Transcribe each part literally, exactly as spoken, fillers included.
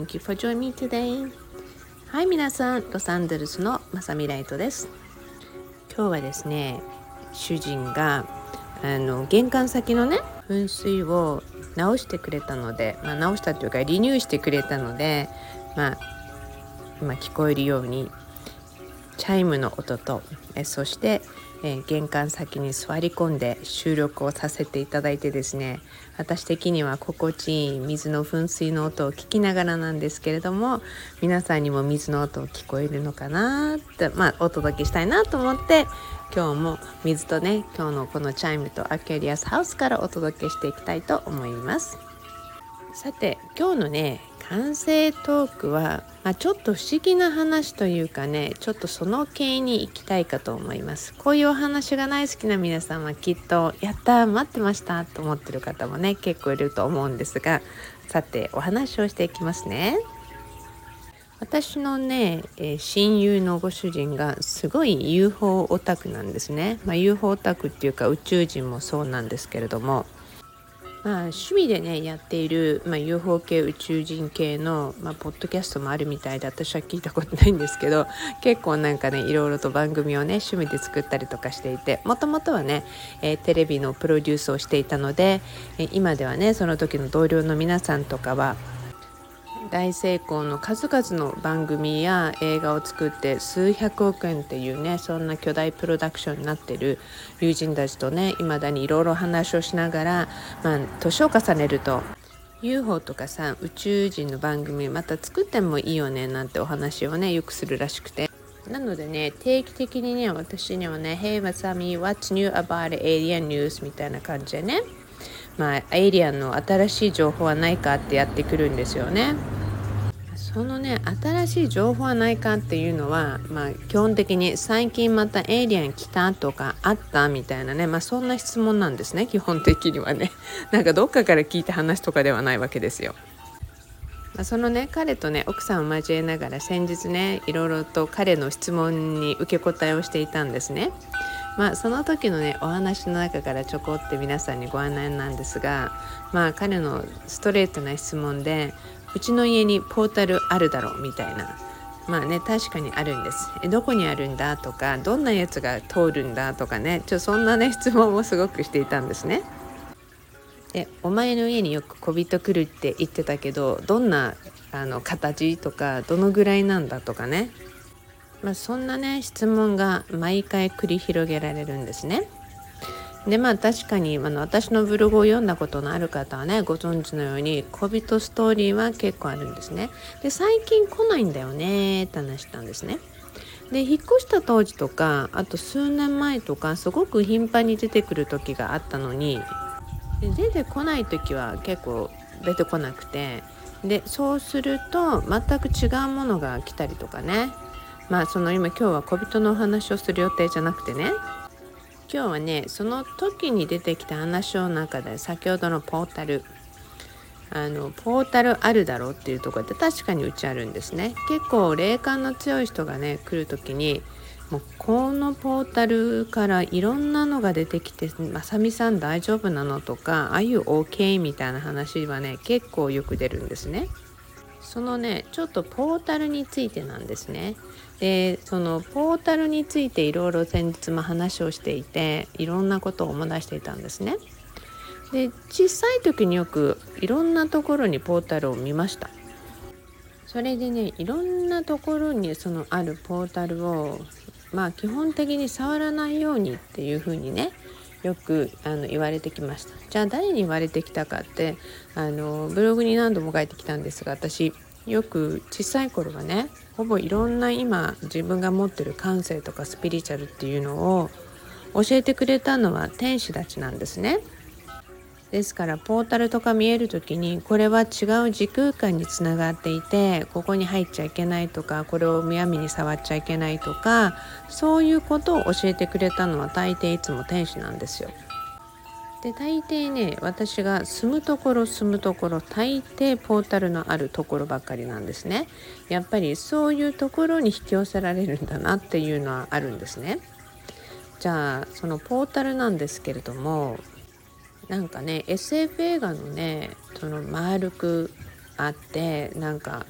Thank you for joining me today. はい、皆さん、ロサンゼルスのまさみライトです。今日はですね、主人があの玄関先のね噴水を直してくれたので、まあ、直したというかリニューしてくれたので、まあ、今聞こえるようにチャイムの音とえそしてえー、玄関先に座り込んで収録をさせていただいてですね、私的には心地いい水の噴水の音を聞きながらなんですけれども、皆さんにも水の音を聞こえるのかなって、まあ、お届けしたいなと思って今日も水とね今日のこのチャイムとアーキャディアスハウスからお届けしていきたいと思います。さて今日のね完成トークは、まあ、ちょっと不思議な話というかね、ちょっとその系に行きたいかと思います。こういうお話が大好きな皆さんはきっとやった待ってましたと思ってる方もね結構いると思うんですが、さてお話をしていきますね。私のね、えー、親友のご主人がすごい ユーフォー オタクなんですね。まあ、ユーフォー オタクっていうか宇宙人もそうなんですけれども、まあ、趣味でねやっている、まあ、ユーフォー 系宇宙人系の、まあ、ポッドキャストもあるみたいで私は聞いたことないんですけど、結構なんかねいろいろと番組をね趣味で作ったりとかしていて、もともとはね、えー、テレビのプロデュースをしていたので、えー、今ではねその時の同僚の皆さんとかは大成功の数々の番組や映画を作って数百億円っていうねそんな巨大プロダクションになっている友人たちとね未だにいろいろ話をしながら、まあ、年を重ねると ユーフォー とかさ宇宙人の番組また作ってもいいよねなんてお話をねよくするらしくて、なのでね定期的にね私にはね Hey Masami, what's new about alien news みたいな感じでね、まあエイリアンの新しい情報はないかってやってくるんですよね。そのね新しい情報はないかっていうのは、まあ、基本的に最近またエイリアン来たとかあったみたいなね、まあ、そんな質問なんですね。基本的にはねなんかどっかから聞いた話とかではないわけですよ。まあ、そのね彼とね奥さんを交えながら先日ねいろいろと彼の質問に受け答えをしていたんですね。まあ、その時のねお話の中からちょこって皆さんにご案内なんですが、まあ彼のストレートな質問で、うちの家にポータルあるだろうみたいな、まあね確かにあるんです。えどこにあるんだとか、どんなやつが通るんだとかね、ちょそんなね質問をすごくしていたんですね。でお前の家によく小人来るって言ってたけど、どんなあの形とかどのぐらいなんだとかね、まあ、そんなね質問が毎回繰り広げられるんですね。でまあ確かにあの私のブログを読んだことのある方はねご存知のように小人ストーリーは結構あるんですね。で最近来ないんだよねって話したんですね。で引っ越した当時とかあと数年前とかすごく頻繁に出てくる時があったのに、で出てこない時は結構出てこなくて、でそうすると全く違うものが来たりとかね、まあその今今日は小人のお話をする予定じゃなくてね、今日はねその時に出てきた話の中で先ほどのポータルあのポータルあるだろうっていうところで確かにうちあるんですね。結構霊感の強い人がね来る時にもうこのポータルからいろんなのが出てきて、まさみさん大丈夫なのとか、ああいう OK みたいな話はね結構よく出るんですね。そのねちょっとポータルについてなんですね。でそのポータルについていろいろ先日も話をしていて、いろんなことを思い出していたんですね。で小さい時によくいろんなところにポータルを見ました。それでねいろんなところにそのあるポータルをまあ基本的に触らないようにっていう風にねよくあの言われてきました。じゃあ誰に言われてきたかってあのブログに何度も書いてきたんですが、私よく小さい頃はねほぼいろんな今自分が持ってる感性とかスピリチュアルっていうのを教えてくれたのは天使たちなんですね。ですからポータルとか見えるときにこれは違う時空間につながっていてここに入っちゃいけないとか、これをむやみに触っちゃいけないとか、そういうことを教えてくれたのは大抵いつも天使なんですよ。で大抵ね私が住むところ住むところ大抵ポータルのあるところばっかりなんですね。やっぱりそういうところに引き寄せられるんだなっていうのはあるんですね。じゃあそのポータルなんですけれども、なんかね エスエフ 映画のねその丸くあってなんか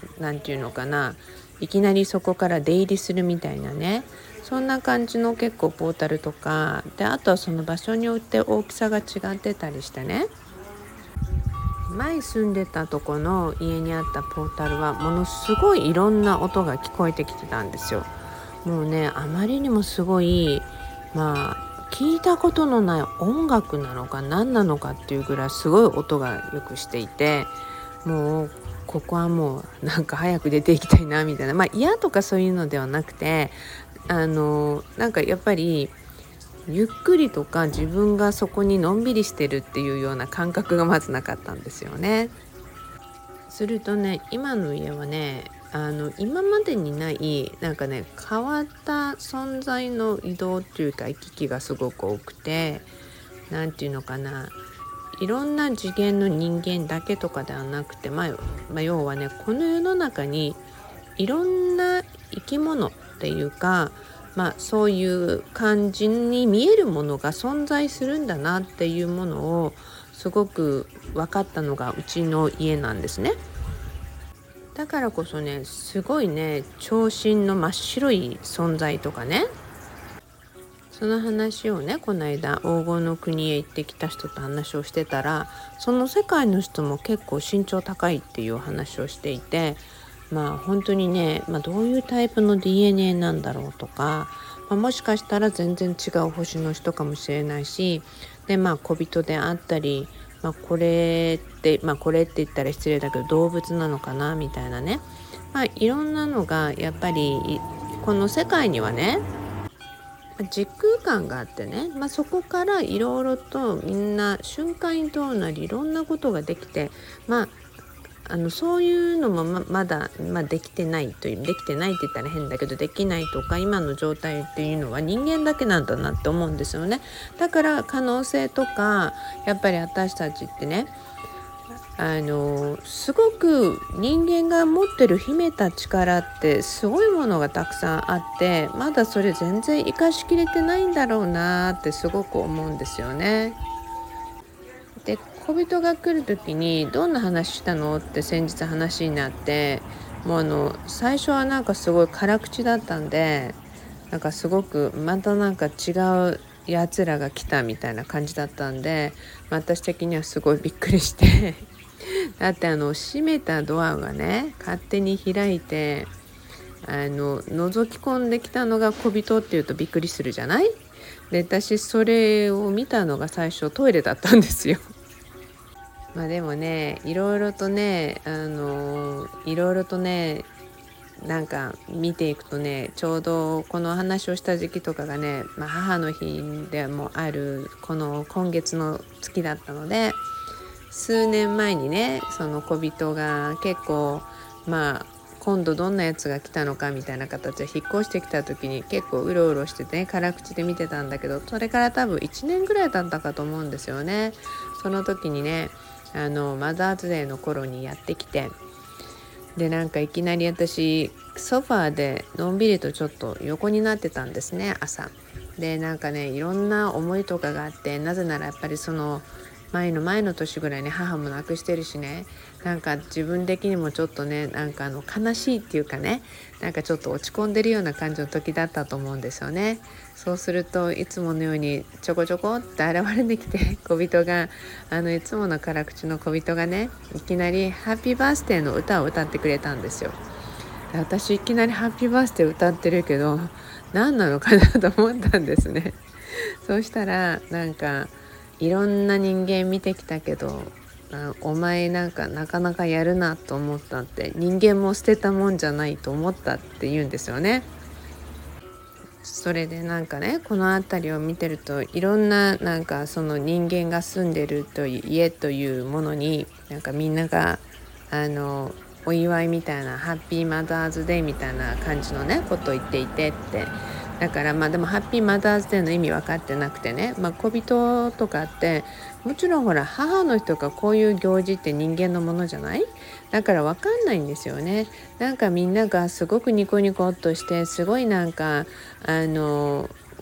なんていうのかな、いきなりそこから出入りするみたいなね、そんな感じの結構ポータルとかで、あとはその場所によって大きさが違ってたりしてね、前住んでたとこの家にあったポータルはものすごいいろんな音が聞こえてきてたんですよ。もうね、あまりにもすごい、まあ聞いたことのない音楽なのか何なのかっていうぐらいすごい音がよくしていて、もうここはもうなんか早く出ていきたいなみたいな、まあ嫌とかそういうのではなくて、あのなんかやっぱりゆっくりとか自分がそこにのんびりしてるっていうような感覚がまずなかったんですよね。するとね、今の家はね、あの今までにないなんかね、変わった存在の移動っていうか行き来がすごく多くて、なんていうのかな、いろんな次元の人間だけとかではなくて、まあまあ、要はね、この世の中にいろんな生き物っていうか、まあそういう感じに見えるものが存在するんだなっていうものをすごく分かったのがうちの家なんですね。だからこそね、すごいね、長身の真っ白い存在とかね、その話をね、この間黄金の国へ行ってきた人と話をしてたら、その世界の人も結構身長高いっていう話をしていて、まあ本当にね、まあ、どういうタイプの ディーエヌエー なんだろうとか、まあ、もしかしたら全然違う星の人かもしれないし、でまあ小人であったり、まあ、これってまあこれって言ったら失礼だけど動物なのかなみたいなね、まあいろんなのがやっぱりこの世界にはね、時空間があってね、まあ、そこからいろいろとみんな瞬間移動なりいろんなことができて、まああのそういうのも ま, まだ、まあ、できてないというできてないって言ったら変だけど、できないとか今の状態っていうのは人間だけなんだなって思うんですよね。だから可能性とか、やっぱり私たちってね、あのすごく人間が持ってる秘めた力ってすごいものがたくさんあって、まだそれ全然生かしきれてないんだろうなってすごく思うんですよね。で小人が来る時にどんな話したのって先日話になって、もうあの最初はなんかすごい辛口だったんで、なんかすごくまたなんか違うやつらが来たみたいな感じだったんで、私的にはすごいびっくりしてだってあの閉めたドアがね勝手に開いて、あの覗き込んできたのが小人っていうとびっくりするじゃない。で私それを見たのが最初トイレだったんですよまあでもね、いろいろとね、あのいろいろとね、なんか見ていくとね、ちょうどこの話をした時期とかがね、まあ、母の日でもあるこの今月の月だったので、数年前にね、その小人が結構まあ今度どんなやつが来たのかみたいな形で引っ越してきた時に結構うろうろしてて、ね、辛口で見てたんだけど、それから多分いちねんぐらい経ったかと思うんですよね。その時にね、あのマザーズデーの頃にやってきて、でなんかいきなり私ソファーでのんびりとちょっと横になってたんですね、朝で。なんかね、いろんな思いとかがあって、なぜならやっぱりその前の前の年ぐらいね、母も亡くしてるしね、なんか自分的にもちょっとね、なんかあの悲しいっていうかね、なんかちょっと落ち込んでるような感じの時だったと思うんですよね。そうするといつものようにちょこちょこって現れてきて、小人があのいつもの辛口の小人がね、いきなりハッピーバースデーの歌を歌ってくれたんですよ。で私いきなりハッピーバースデー歌ってるけど何なのかなと思ったんですね。そうしたらなんかいろんな人間見てきたけど、お前なんかなかなかやるなと思ったって、人間も捨てたもんじゃないと思ったって言うんですよね。それでなんかね、この辺りを見てるといろんななんかその人間が住んでるという家というものに、なんかみんながあのお祝いみたいなハッピーマザーズデーみたいな感じのねことを言っていてって、だからまあでもハッピーマザーズデーの意味分かってなくてね、まあ小人とかってもちろんほら母の日とかこういう行事って人間のものじゃない。だから分かんないんですよね。なんかみんながすごくニコニコっとして、すごいなんかあの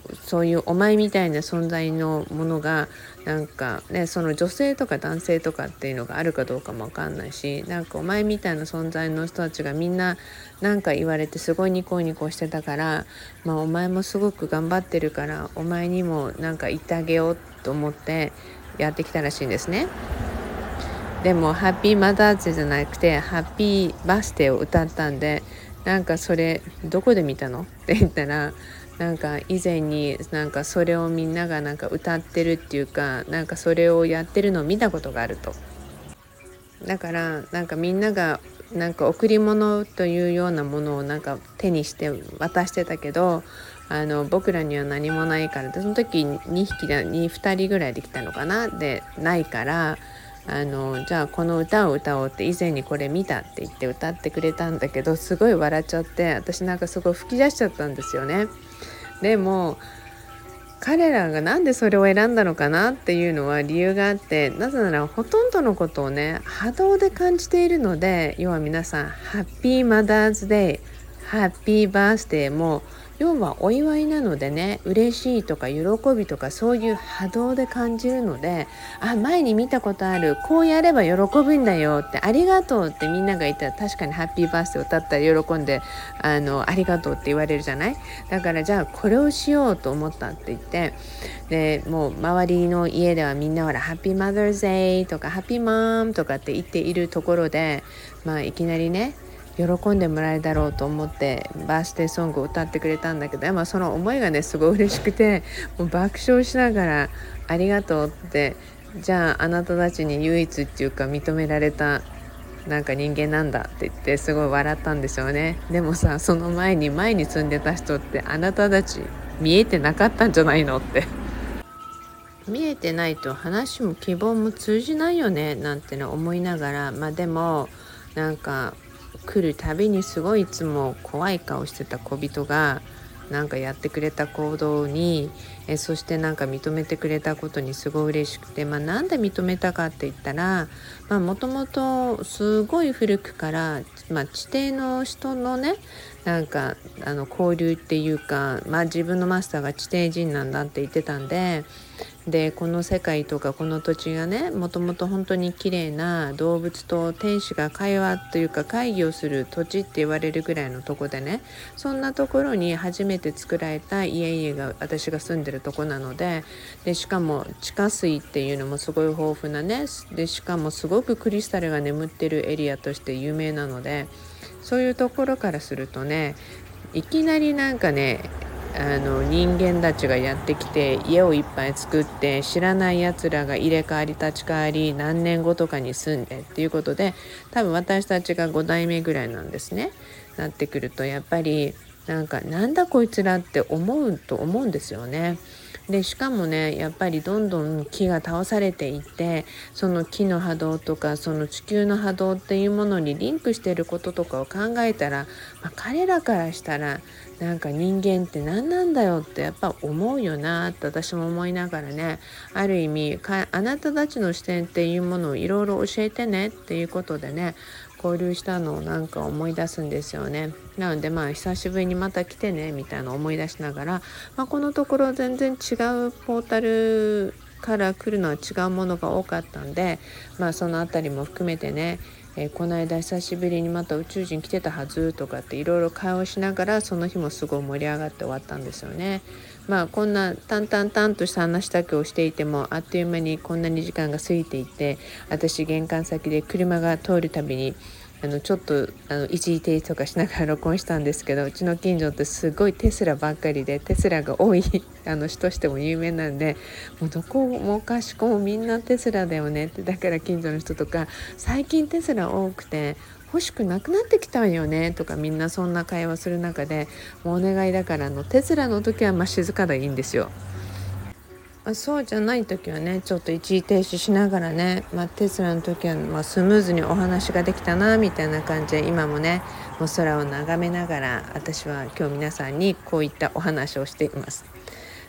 そういうお前みたいな存在のものがなんかね、その女性とか男性とかっていうのがあるかどうかもわかんないし、なんかお前みたいな存在の人たちがみんななんか言われてすごいニコニコしてたから、まあお前もすごく頑張ってるからお前にもなんか言ってあげようと思ってやってきたらしいんですね。でもハッピーマザーズじゃなくてハッピーバースデーを歌ったんで、なんかそれどこで見たのって言ったら、なんか以前になんかそれをみんながなんか歌ってるっていうか、なんかそれをやってるのを見たことがあると。だからなんかみんながなんか贈り物というようなものをなんか手にして渡してたけど、あの僕らには何もないからで、その時にひきだにふたりぐらいできたのかな、でないから、あのじゃあこの歌を歌おうって、以前にこれ見たって言って歌ってくれたんだけど、すごい笑っちゃって、私なんかすごい吹き出しちゃったんですよね。でも彼らがなんでそれを選んだのかなっていうのは理由があって、なぜならほとんどのことをね波動で感じているので、要は皆さんハッピーマザーズデイ、ハッピーバースデーも要はお祝いなのでね、嬉しいとか喜びとかそういう波動で感じるので、あ、前に見たことある、こうやれば喜ぶんだよって、ありがとうってみんなが言ったら、確かにハッピーバースデーを歌ったら喜んで、あのありがとうって言われるじゃない。だからじゃあこれをしようと思ったって言って、でもう周りの家ではみんなほらハッピーマザーズデーとかハッピーマムとかって言っているところで、まあいきなりね喜んでもらえるだろうと思ってバースデーソングを歌ってくれたんだけど、まあ、その思いがねすごい嬉しくて、もう爆笑しながらありがとうって、じゃああなたたちに唯一っていうか認められたなんか人間なんだって言ってすごい笑ったんですよね。でもさ、その前に前に住んでた人ってあなたたち見えてなかったんじゃないのって見えてないと話も希望も通じないよねなんての思いながら、まあでもなんか来るたびにすごいいつも怖い顔してた小人がなんかやってくれた行動にえそしてなんか認めてくれたことにすごい嬉しくて、まあ、なんで認めたかって言ったら、もともとすごい古くから、まあ、地底の人のねなんかあの交流っていうか、まあ、自分のマスターが地底人なんだって言ってたんで、でこの世界とかこの土地がねもともと本当に綺麗な動物と天使が会話というか会議をする土地って言われるぐらいのとこでね、そんなところに初めて作られた家々が私が住んでるとこなので、でしかも地下水っていうのもすごい豊富なね、でしかもすごくクリスタルが眠ってるエリアとして有名なので、そういうところからするとね、いきなりなんかねあの人間たちがやってきて家をいっぱい作って、知らないやつらが入れ替わり立ち替わり何年後とかに住んでっていうことで、多分私たちがご代目ぐらいなんですね。なってくるとやっぱりなんかなんだこいつらって思うと思うんですよね。でしかもねやっぱりどんどん木が倒されていって、その木の波動とかその地球の波動っていうものにリンクしていることとかを考えたら、まあ、彼らからしたらなんか人間って何なんだよってやっぱ思うよなって私も思いながらね、ある意味かあなたたちの視点っていうものをいろいろ教えてねっていうことでね交流したのをなんか思い出すんですよね。なのでまあ久しぶりにまた来てねみたいな思い出しながら、まあ、このところ全然違うポータルから来るのは違うものが多かったんで、まあそのあたりも含めてね、えー、この間久しぶりにまた宇宙人来てたはずとかっていろいろ会話しながら、その日もすごい盛り上がって終わったんですよね。まあこんな淡々淡とした話だけをしていてもあっという間にこんなに時間が過ぎていて、私玄関先で車が通るたびにあのちょっとあの一時停止とかしながら録音したんですけど、うちの近所ってすごいテスラばっかりで、テスラが多いあの市としても有名なんで、もうどこもかしこもみんなテスラだよねって、だから近所の人とか最近テスラ多くて欲しくなくなってきたよねとかみんなそんな会話する中で、もうお願いだからあのテスラの時はまあ静かでいいんですよ。そうじゃない時はねちょっと一時停止しながらね、まあ、テスラの時はまあスムーズにお話ができたなみたいな感じで、今もねもう空を眺めながら私は今日皆さんにこういったお話をしています。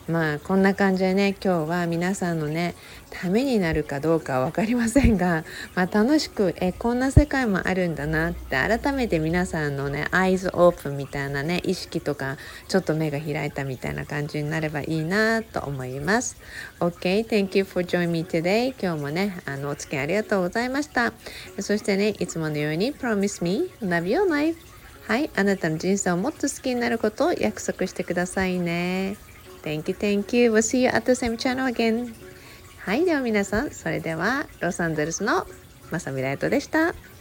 まあこんな感じでね、今日は皆さんのねためになるかどうかは分かりませんが、まあ、楽しくえこんな世界もあるんだなって改めて皆さんのねアイズオープンみたいなね意識とかちょっと目が開いたみたいな感じになればいいなと思います。 OK, thank you for joining me today. 今日もねあのお付き合いありがとうございました。そしてねいつものように Promise me love your life。 はい、あなたの人生をもっと好きになることを約束してくださいね。Thank you, thank you. We'll see you at the same channel again. はい、では皆さん、それではロサンゼルスのまさみライトでした。